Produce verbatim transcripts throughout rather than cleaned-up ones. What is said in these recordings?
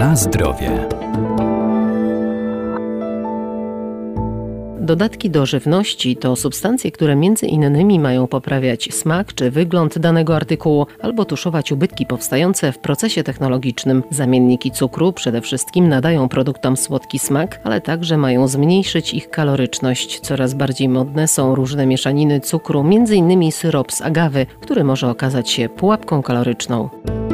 Na zdrowie. Dodatki do żywności to substancje, które między innymi mają poprawiać smak czy wygląd danego artykułu albo tuszować ubytki powstające w procesie technologicznym. Zamienniki cukru przede wszystkim nadają produktom słodki smak, ale także mają zmniejszyć ich kaloryczność. Coraz bardziej modne są różne mieszaniny cukru, między innymi syrop z agawy, który może okazać się pułapką kaloryczną.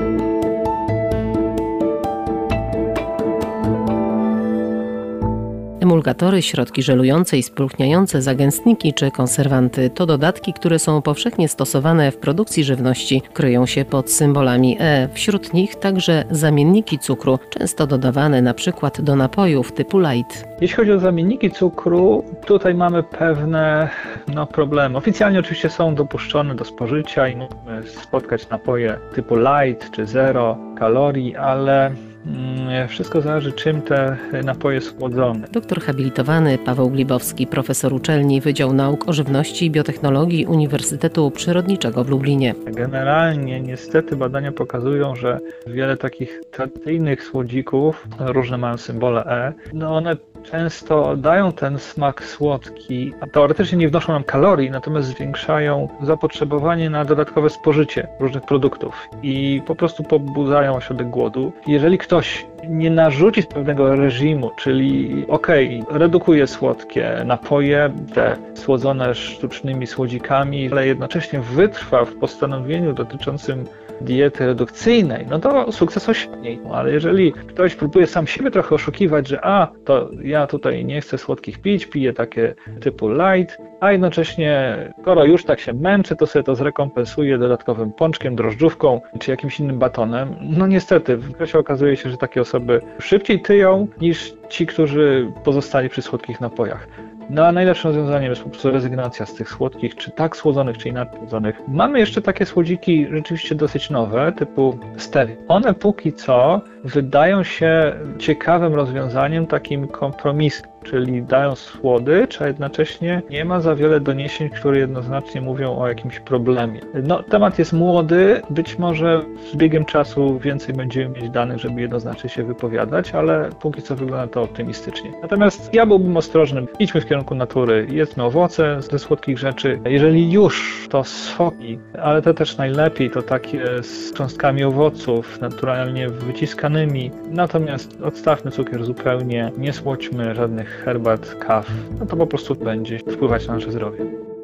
Emulgatory, środki żelujące i spróchniające, zagęstniki czy konserwanty to dodatki, które są powszechnie stosowane w produkcji żywności. Kryją się pod symbolami E. Wśród nich także zamienniki cukru, często dodawane na przykład do napojów typu light. Jeśli chodzi o zamienniki cukru, tutaj mamy pewne no, problemy. Oficjalnie oczywiście są dopuszczone do spożycia i możemy spotkać napoje typu light czy zero kalorii, ale wszystko zależy, czym te napoje są słodzone. Doktor habilitowany Paweł Glibowski, profesor uczelni Wydział Nauk o Żywności i Biotechnologii Uniwersytetu Przyrodniczego w Lublinie. Generalnie niestety badania pokazują, że wiele takich tradycyjnych słodzików, różne mają symbole E, no one często dają ten smak słodki, a teoretycznie nie wnoszą nam kalorii, natomiast zwiększają zapotrzebowanie na dodatkowe spożycie różnych produktów i po prostu pobudzają ośrodek głodu. Jeżeli ktoś nie narzuci pewnego reżimu, czyli okej, okay, redukuje słodkie napoje, te słodzone sztucznymi słodzikami, ale jednocześnie wytrwa w postanowieniu dotyczącym diety redukcyjnej, no to sukces osiągnie. Ale jeżeli ktoś próbuje sam siebie trochę oszukiwać, że a, to ja tutaj nie chcę słodkich pić, piję takie typu light, a jednocześnie, skoro już tak się męczę, to sobie to zrekompensuje dodatkowym pączkiem, drożdżówką czy jakimś innym batonem. No niestety, w okresie okazuje się, że takie osoby szybciej tyją niż ci, którzy pozostali przy słodkich napojach. No a najlepszym rozwiązaniem jest po prostu rezygnacja z tych słodkich, czy tak słodzonych, czy inaczej słodzonych. Mamy jeszcze takie słodziki rzeczywiście dosyć nowe, typu stevia. One póki co wydają się ciekawym rozwiązaniem, takim kompromisem, czyli dają słodycz, a jednocześnie nie ma za wiele doniesień, które jednoznacznie mówią o jakimś problemie. No, temat jest młody, być może z biegiem czasu więcej będziemy mieć danych, żeby jednoznacznie się wypowiadać, ale póki co wygląda to optymistycznie. Natomiast ja byłbym ostrożny, idźmy w kierunku natury, jedzmy owoce ze słodkich rzeczy. Jeżeli już, to soki, ale to też najlepiej, to takie z cząstkami owoców, naturalnie wyciskanymi. Natomiast odstawmy cukier zupełnie, nie słodźmy żadnych herbat, kaw, no to po prostu będzie wpływać na nasze zdrowie.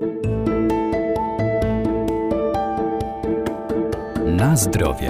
Na zdrowie.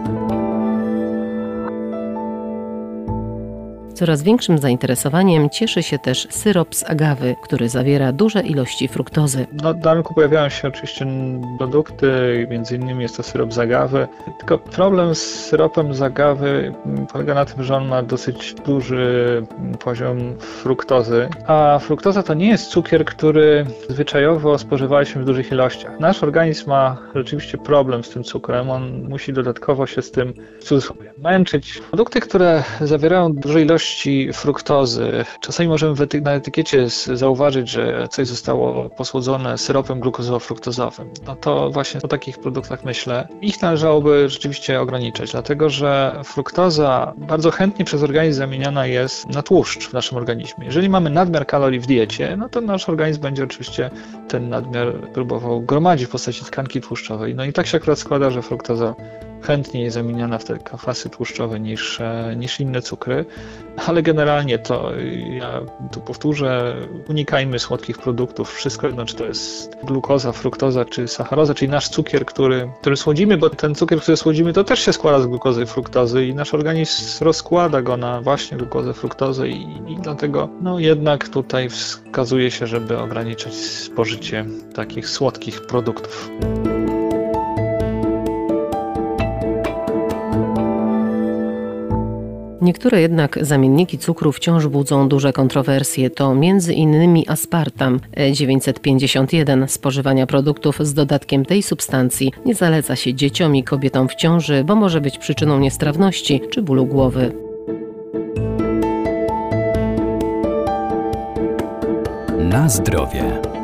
Coraz większym zainteresowaniem cieszy się też syrop z agawy, który zawiera duże ilości fruktozy. No, na rynku pojawiają się oczywiście produkty, między innymi jest to syrop z agawy. Tylko problem z syropem z agawy polega na tym, że on ma dosyć duży poziom fruktozy, a fruktoza to nie jest cukier, który zwyczajowo spożywaliśmy w dużych ilościach. Nasz organizm ma rzeczywiście problem z tym cukrem, on musi dodatkowo się z tym w cudzysłowie męczyć. Produkty, które zawierają duże ilości fruktozy. Czasami możemy na etykiecie zauważyć, że coś zostało posłodzone syropem glukozowo-fruktozowym. No to właśnie o takich produktach myślę. Ich należałoby rzeczywiście ograniczać, dlatego że fruktoza bardzo chętnie przez organizm zamieniana jest na tłuszcz w naszym organizmie. Jeżeli mamy nadmiar kalorii w diecie, no to nasz organizm będzie oczywiście ten nadmiar próbował gromadzić w postaci tkanki tłuszczowej. No i tak się akurat składa, że fruktoza chętniej jest zamieniana w te kwasy tłuszczowe niż, niż inne cukry, ale generalnie to ja tu powtórzę, unikajmy słodkich produktów, wszystko jedno, czy to jest glukoza, fruktoza, czy sacharoza, czyli nasz cukier, który, który słodzimy, bo ten cukier, który słodzimy, to też się składa z glukozy i fruktozy i nasz organizm rozkłada go na właśnie glukozę, fruktozę i, i dlatego no jednak tutaj wskazuje się, żeby ograniczać spożycie takich słodkich produktów. Niektóre jednak zamienniki cukru wciąż budzą duże kontrowersje. To między innymi aspartam E dziewięćset pięćdziesiąt jeden. Spożywania produktów z dodatkiem tej substancji nie zaleca się dzieciom i kobietom w ciąży, bo może być przyczyną niestrawności czy bólu głowy. Na zdrowie.